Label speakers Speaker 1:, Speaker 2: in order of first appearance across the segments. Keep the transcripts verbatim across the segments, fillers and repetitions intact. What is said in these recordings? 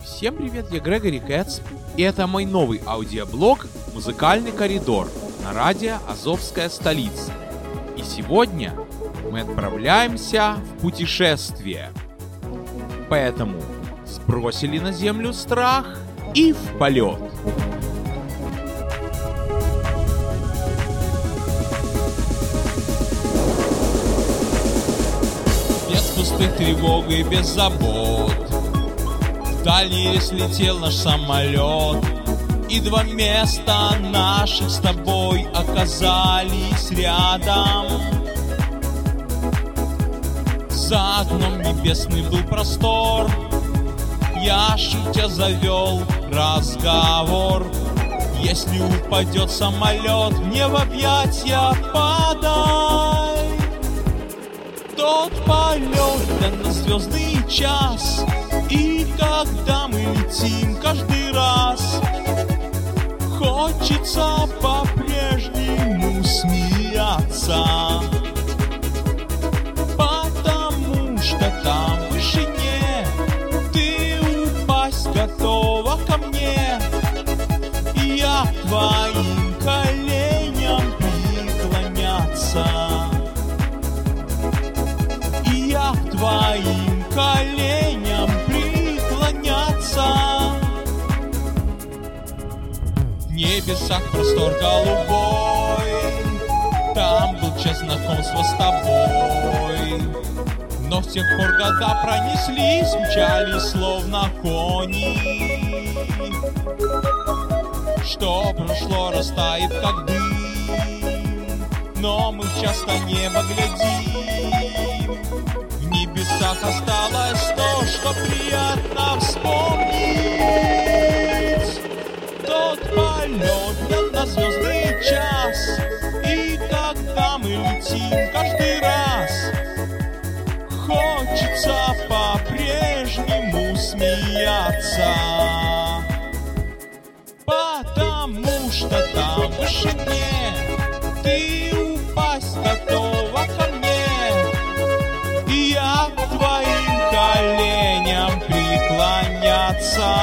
Speaker 1: Всем привет, я Грегори Кэтс, и это мой новый аудиоблог «Музыкальный коридор» на радио «Азовская столица». И сегодня мы отправляемся в путешествие. Поэтому сбросили на землю страх и в полет. Без пустых тревог и без забот в дальний рейс летел наш самолет, и два места наших с тобой оказались рядом. За окном небесный был простор, я шутя завел разговор. Если упадет самолет, мне в объятья подай. Тот полет для нас звездный час, и когда мы летим каждый раз, хочется по-прежнему смеяться, потому что там в вышине ты упасть готова ко мне, и я к твоим коленям преклоняться, и я к твоим коленям преклоняться. В небесах простор голубой, там был час знакомства с тобой. Но с тех пор года пронеслись, мчались словно кони. Что прошло, растает как дым, но мы часто небо глядим. В небесах осталось то, что приятно вспомнить. Тот полет на звездный час, и когда мы летим каждый раз, хочется по-прежнему смеяться, потому что там в вышине ты упасть готова ко мне, и я к твоим коленям преклоняться.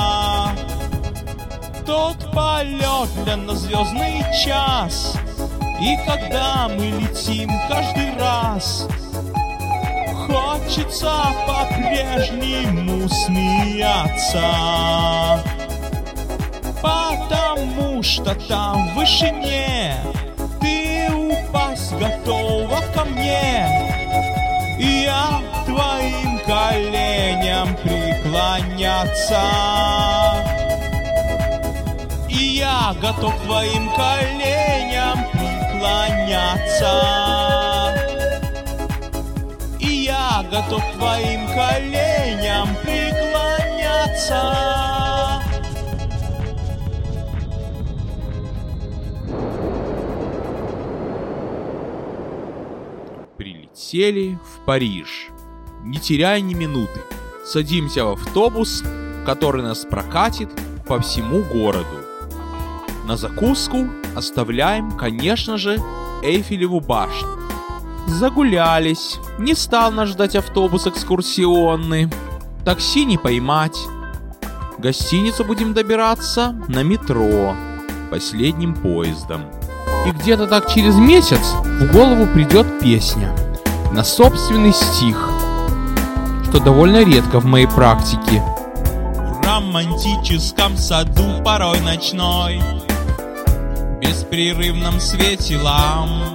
Speaker 1: Тот полет для нас звездный час, и когда мы летим каждый раз, хочется по-прежнему смеяться, потому что там в вышине ты упасть готова ко мне, и я к твоим коленям преклоняться. И я готов к твоим коленям преклоняться. И я готов к твоим коленям преклоняться. Прилетели в Париж. Не теряя ни минуты, садимся в автобус, который нас прокатит по всему городу. На закуску оставляем, конечно же, Эйфелеву башню. Загулялись, не стал нас ждать автобус экскурсионный, такси не поймать. В гостиницу будем добираться на метро, последним поездом. И где-то так через месяц в голову придет песня на собственный стих, что довольно редко в моей практике. В романтическом саду порой ночной, в беспрерывном свете ламп,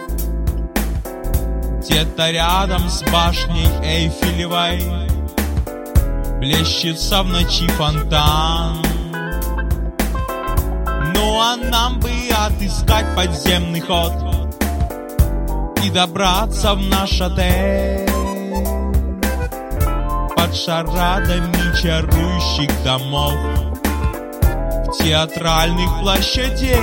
Speaker 1: где-то рядом с башней Эйфелевой плещется в ночи фонтан. Ну а нам бы отыскать подземный ход и добраться в наш отель под шарадами чарующих домов, в театральных площадей.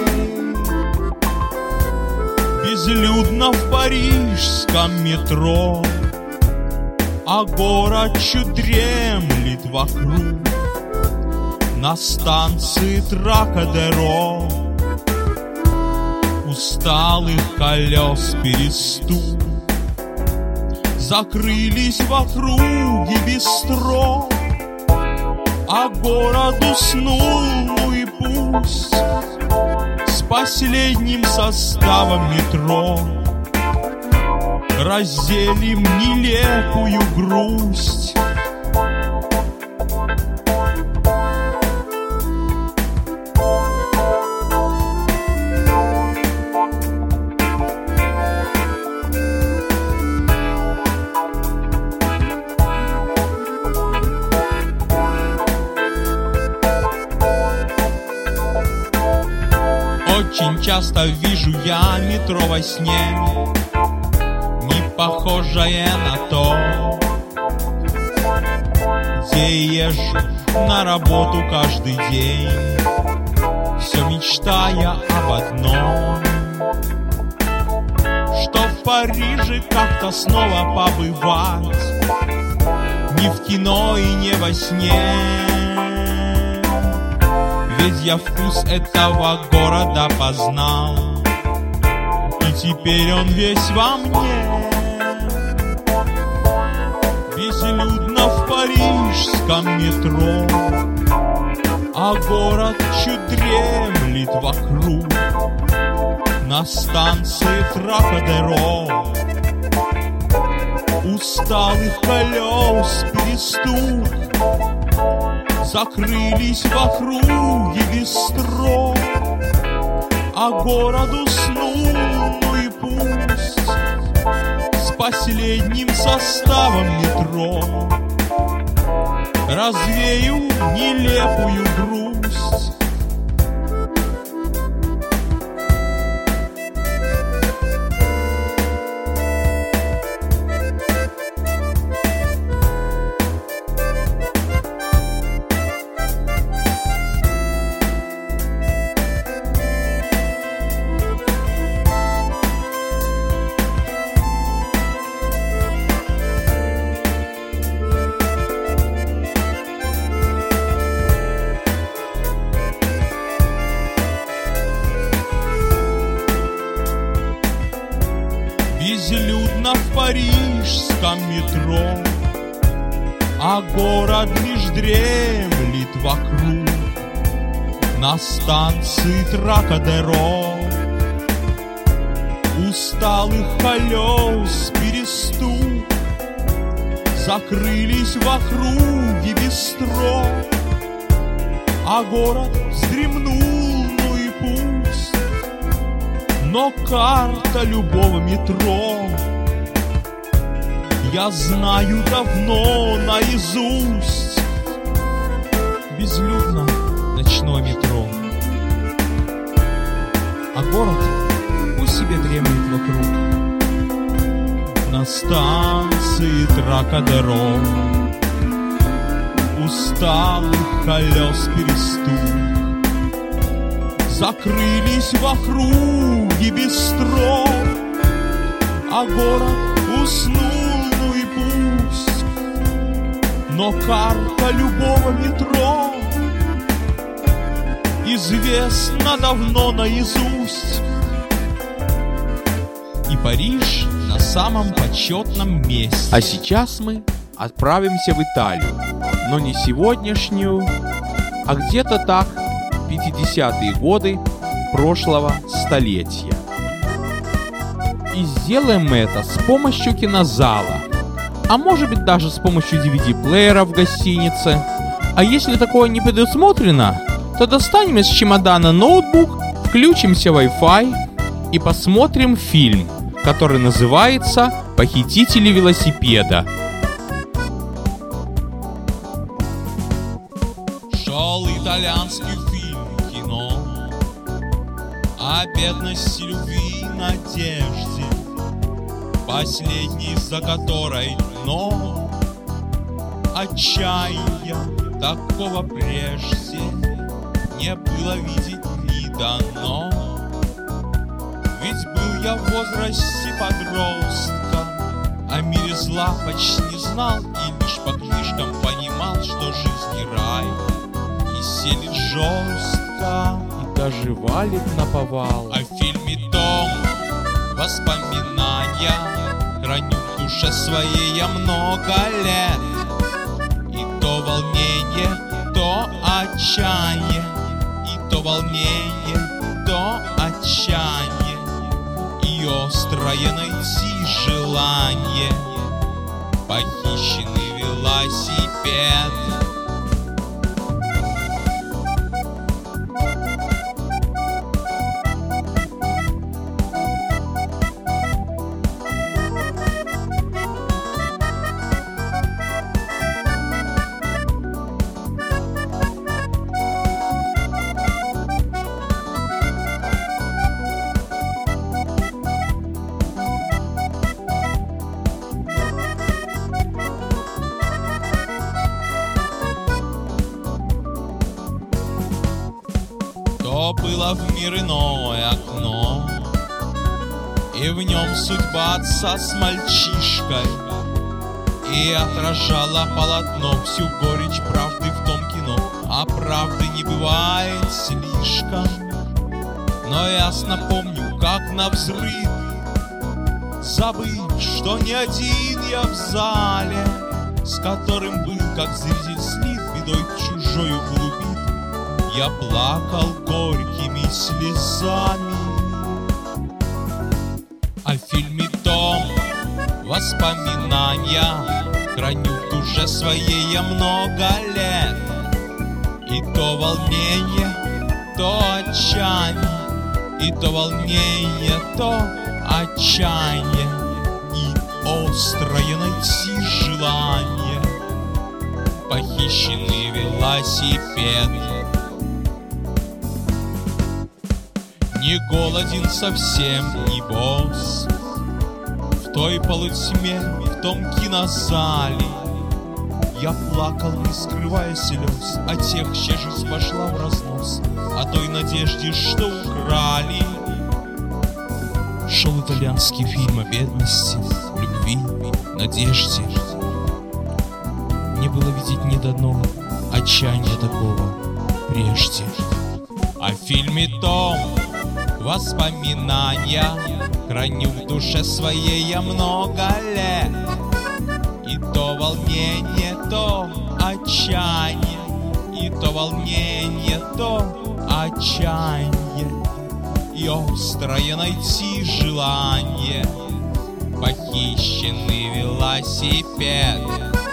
Speaker 1: Безлюдно в парижском метро, а город чуть дремлет вокруг. На станции Тракадеро усталых колес перестук закрылись в округе бистро. а город уснул, ну и пусть. С последним составом метро разделим нелепую грусть. Очень часто вижу я метро во сне, не похожее на то, где езжу на работу каждый день, все мечтая об одном, что в Париже как-то снова побывать, не в кино и не во сне. Ведь я вкус этого города познал, и теперь он весь во мне. Безлюдно в парижском метро, а город чуть дремлет вокруг. На станции Трокадеро усталых колес перестук закрылись в округе бистро, а город уснул, ну и пусть. С последним составом метро развею нелепую грусть. Безлюдно в парижском метро, а город лишь дремлет вокруг. На станции Трокадеро усталых колес перестук закрылись в округе бистро, а город вздремнул, ну и пусть. Но карта любого метро я знаю давно наизусть. Безлюдно ночное метро, а город пусть себе дремлет вокруг. На станции Трокадеро усталых колес перестук закрылись в округе бистро, а город уснул, ну и пусть. Но карта любого метро известна давно наизусть, и Париж на самом почетном месте. А сейчас мы отправимся в Италию, но не сегодняшнюю, а где-то так пятидесятые годы прошлого столетия. И сделаем мы это с помощью кинозала, а может быть даже с помощью ди ви ди-плеера в гостинице. А если такое не предусмотрено, то достанем из чемодана ноутбук, включимся в Wi-Fi и посмотрим фильм, который называется «Похитители велосипеда». Шел итальянский фильм, кино о бедности, любви и надежде, последней, за которой дно. Отчаяния такого прежде не было видеть ни дано. Ведь был я в возрасте подростка, о мире зла почти не знал и лишь по книжкам понимал, что жизнь не рай, и селит жестко, и даже валит наповал. А в фильме «Дом» воспоминания храню в душе своей я много лет, и то волнение, то отчаяние, и то волнение, то отчаяние, и острое найти желание. Похищенный велосипед. То было в мир иное окно, и в нем судьба отца с мальчишкой, и отражала полотно всю горечь правды в том кино. А правды не бывает слишком, но ясно помню, как навзрыд, забыв, что не один я в зале, с которым был, как зритель слит, бедой чужою глубит. Я плакал горькими слезами. О фильме том воспоминания храню в душе своей я много лет. И то волнение, то отчаяние, и то волнение, то отчаяние, и острое найти желание. Похищенный велосипед. Не голоден совсем, не босс. В той полутьме, в том кинозале я плакал, не скрывая слез, о тех, чья жизнь пошла в разнос, о той надежде, что украли. Шел итальянский фильм о бедности, любви, надежде. Не было видеть ни одного отчаяния такого прежде. О фильме том воспоминания храню в душе своей я много лет. И то волнение, то отчаяние, и то волнение, то отчаяние, и острое найти желание. Похищенный велосипед.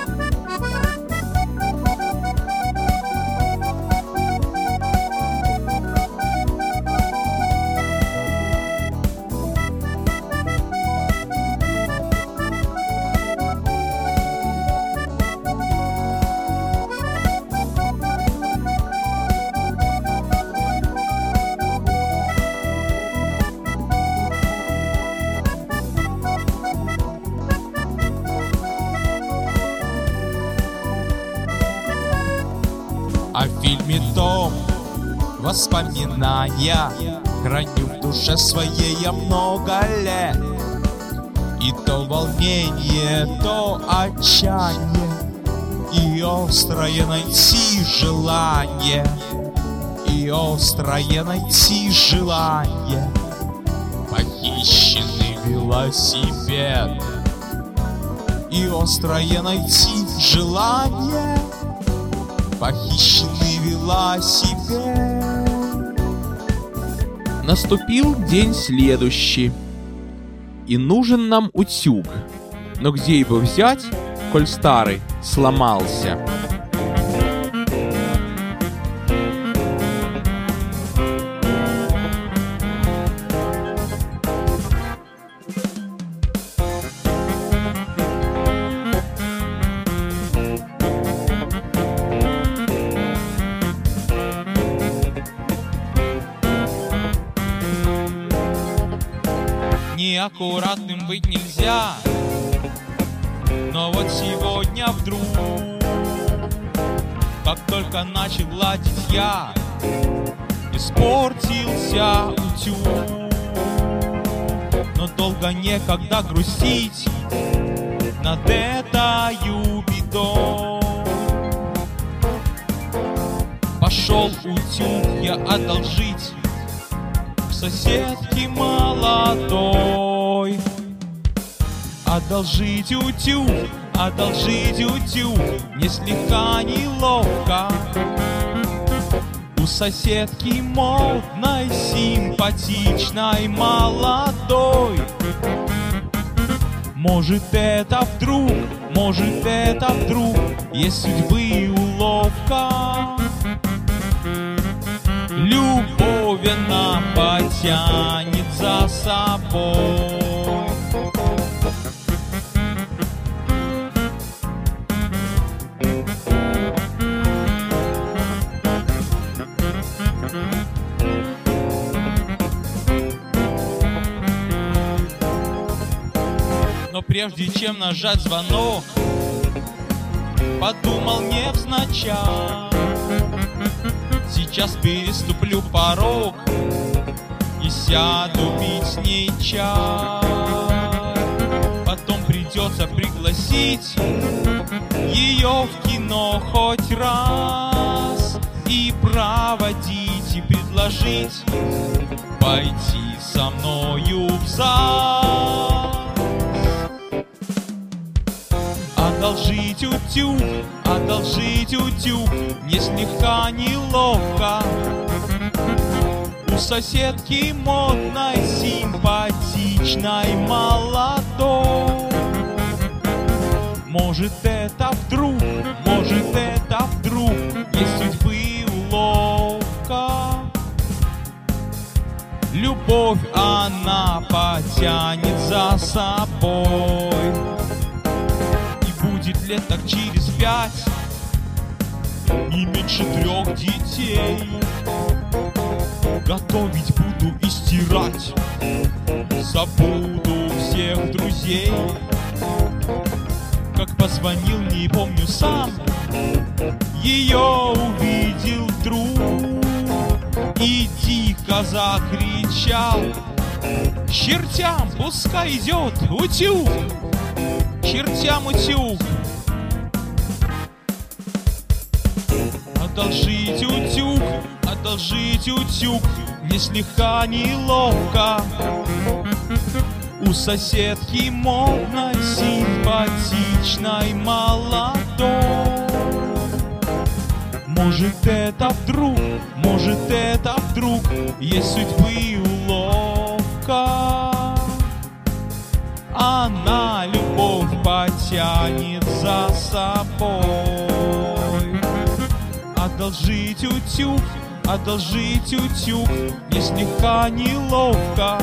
Speaker 1: О фильме том воспоминания храню в душе своей я много лет. И то волнение, то отчаяние, и острое найти желание, и острое найти желание. Похищенный велосипед. И острое найти желание. Похищенный велосипед. Наступил день следующий, и нужен нам утюг. Но где его взять, коль старый сломался? Неаккуратным быть нельзя, но вот сегодня вдруг, как только начал ладить я, испортился утюг. Но долго некогда грустить над этою бедой. Пошел утюг я одолжить к соседке молодой. Одолжить утюг, одолжить утюг, не слегка неловко. соседки модной, симпатичной, молодой. Может, это вдруг, может, это вдруг есть судьбы уловка. Любовь она потянет за собой. Но прежде чем нажать звонок, подумал невзначай. Сейчас переступлю порог и сяду пить с ней чай. Потом придется пригласить ее в кино хоть раз и проводить, и предложить пойти со мною в зал. Одолжить утюг, одолжить утюг, мне слегка неловко. У соседки модной, симпатичной, молодой. Может, это вдруг, может, это вдруг есть судьбы уловка. Любовь она потянет за собой. Будет лет так через пять, не меньше трех детей. Готовить буду и стирать, забуду всех друзей. Как позвонил, не помню сам, ее увидел вдруг и дико закричал: чертям пускай идет утюг, чертям утюг. Одолжить утюг, одолжить утюг, мне слегка неловко. У соседки модной, симпатичной, молодой. Может, это вдруг, может, это вдруг есть судьбы уловка. Она любовь потянет за собой. Одолжить утюг, одолжить утюг, мне слегка неловко.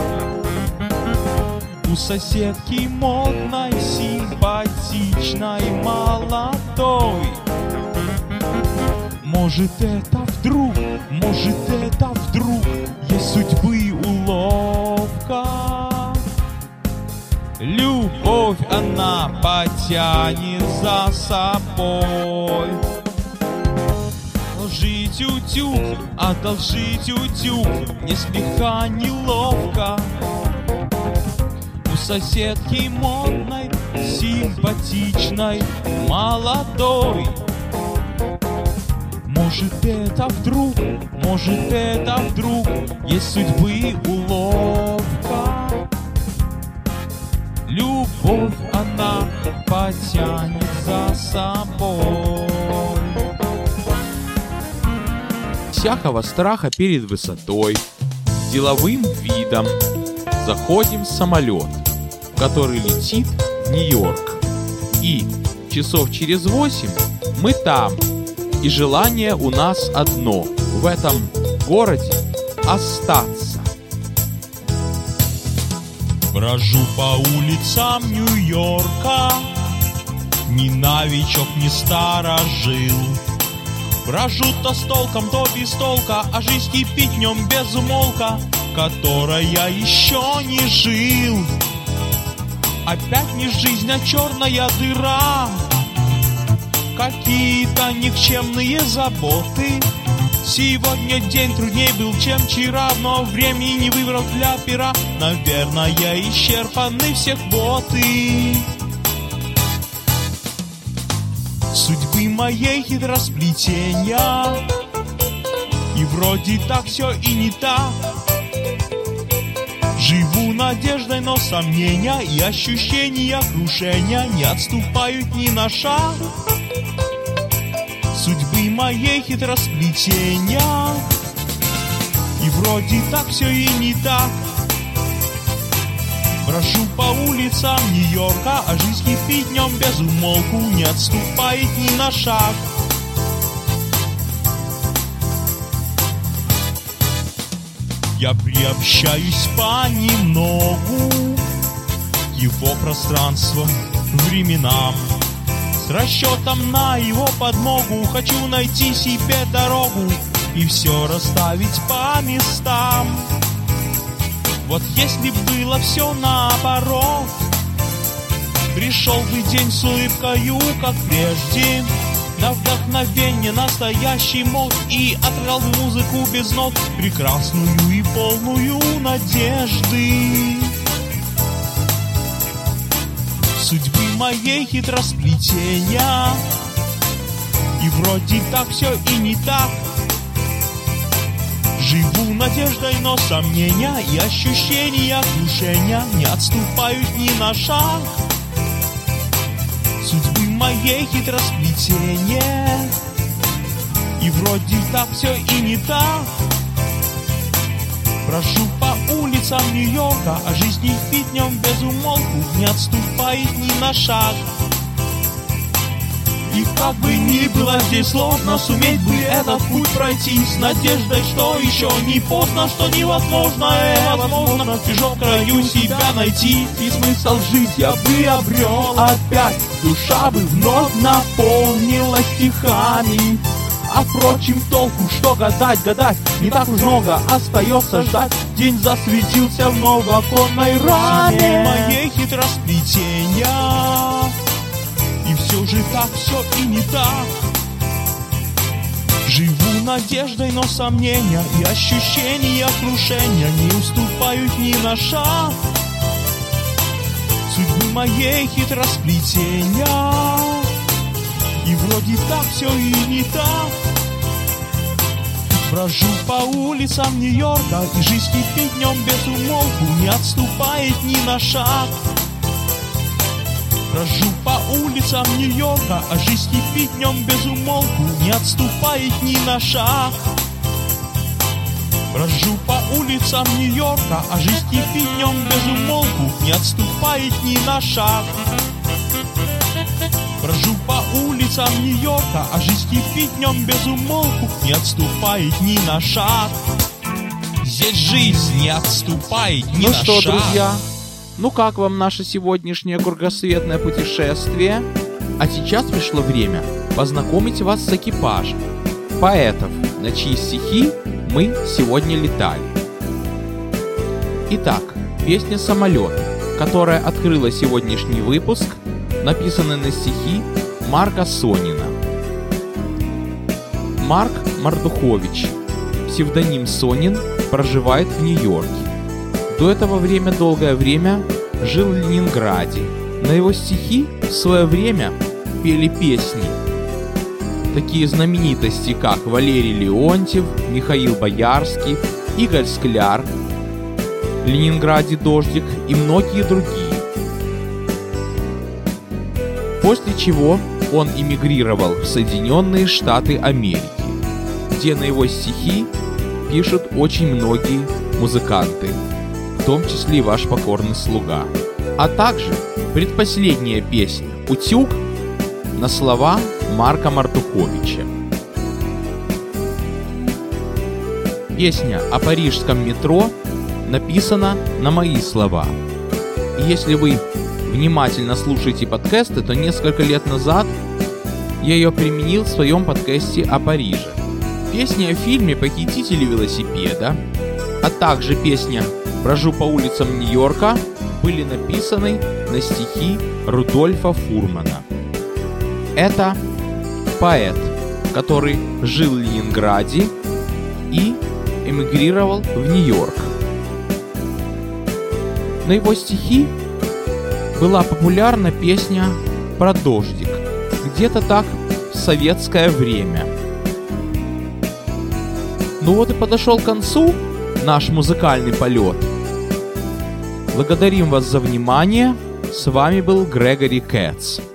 Speaker 1: У соседки модной, симпатичной, молодой. Может, это вдруг, может, это вдруг есть судьбы уловка. Любовь она потянет за собой. Одолжить утюг, одолжить утюг, мне слегка неловко. У соседки модной, симпатичной, молодой. Может, это вдруг, может, это вдруг есть судьбы уловка. Любовь она потянет за собой. Всякого страха перед высотой, деловым видом заходим в самолет, который летит в Нью-Йорк. И часов через восемь мы там. И желание у нас одно — в этом городе остаться. Брожу по улицам Нью-Йорка, ни новичок, ни старожил. Брожу то с толком, то без толка, а жизнь кипит в нем без умолка, которая еще не жил. Опять не жизнь, а черная дыра. Какие-то никчемные заботы. Сегодня день трудней был, чем вчера, но времени не выбрал для пера. Наверное, исчерпаны все квоты. Судьбы моей хитросплетения, и вроде так все и не так. Живу надеждой, но сомнения и ощущения крушения не отступают ни на шаг. Судьбы моей хитросплетения, И вроде так все и не так. Брожу по улицам Нью-Йорка, а жизнь кипит днем без умолку, не отступает ни на шаг. Я приобщаюсь понемногу к его пространствам, временам. С расчетом на его подмогу хочу найти себе дорогу и все расставить по местам. Вот если б было все наоборот, пришел бы день с улыбкою, как прежде, на вдохновение настоящий мод, и отыграл бы музыку без нот, прекрасную и полную надежды. Судьбы моей хитросплетения, и вроде так все и не так. Живу надеждой, но сомнения и ощущения крушения не отступают ни на шаг. Судьбы моей хитросплетения, и вроде так все и не так. Брожу по улицам Нью-Йорка, а жизнь кипит днем без умолку, не отступает ни на шаг. И как бы ни было здесь сложно, суметь бы этот путь пройти с надеждой, что еще не поздно, что невозможное возможно. В чужом краю себя найти и смысл жить я бы обрел опять. Душа бы вновь наполнилась стихами. А впрочем, толку, что гадать, гадать не так уж много остается ждать. День засветился в новоконной раме моей хитросплетения. И все же так, все и не так. Живу надеждой, но сомнения и ощущения крушения не уступают ни на шаг. Судьбы моей хитросплетения, и вроде так все и не так. Брожу по улицам Нью-Йорка, и жизнь кипит днем без умолку, не отступает ни на шаг. Брожу по улицам Нью-Йорка, а жизнь кипит днем без умолку, не отступает ни на шаг. Брожу по улицам Нью-Йорка, а жизнь кипит днем без умолку, не отступает ни на шаг. Брожу по улицам Нью-Йорка, а жизнь кипит днем без умолку, не отступает ни на шаг. Здесь жизнь не отступает ни
Speaker 2: ну
Speaker 1: на
Speaker 2: что,
Speaker 1: шаг.
Speaker 2: Друзья, ну как вам наше сегодняшнее кругосветное путешествие? А сейчас пришло время познакомить вас с экипажем поэтов, на чьи стихи мы сегодня летали. Итак, песня «Самолет», которая открыла сегодняшний выпуск, написана на стихи Марка Сонина. Марк Мардухович, псевдоним Сонин, проживает в Нью-Йорке. До этого время долгое время жил в Ленинграде. На его стихи в свое время пели песни такие знаменитости, как Валерий Леонтьев, Михаил Боярский, Игорь Скляр, в Ленинграде дождик и многие другие. После чего он эмигрировал в Соединенные Штаты Америки, где на его стихи пишут очень многие музыканты, в том числе и ваш покорный слуга. А также предпоследняя песня «Утюг» на слова Марка Мардуховича. Песня о парижском метро написана на мои слова. И если вы внимательно слушаете подкасты, то несколько лет назад я ее применил в своем подкасте о Париже. Песня о фильме «Похитители велосипеда», а также песня «Брожу по улицам Нью-Йорка» были написаны на стихи Рудольфа Фурмана. Это поэт, который жил в Ленинграде и эмигрировал в Нью-Йорк. На его стихи была популярна песня про дождик, где-то так в советское время. Ну вот и подошел к концу наш музыкальный полет. Благодарим вас за внимание. С вами был Грегори Кэтс.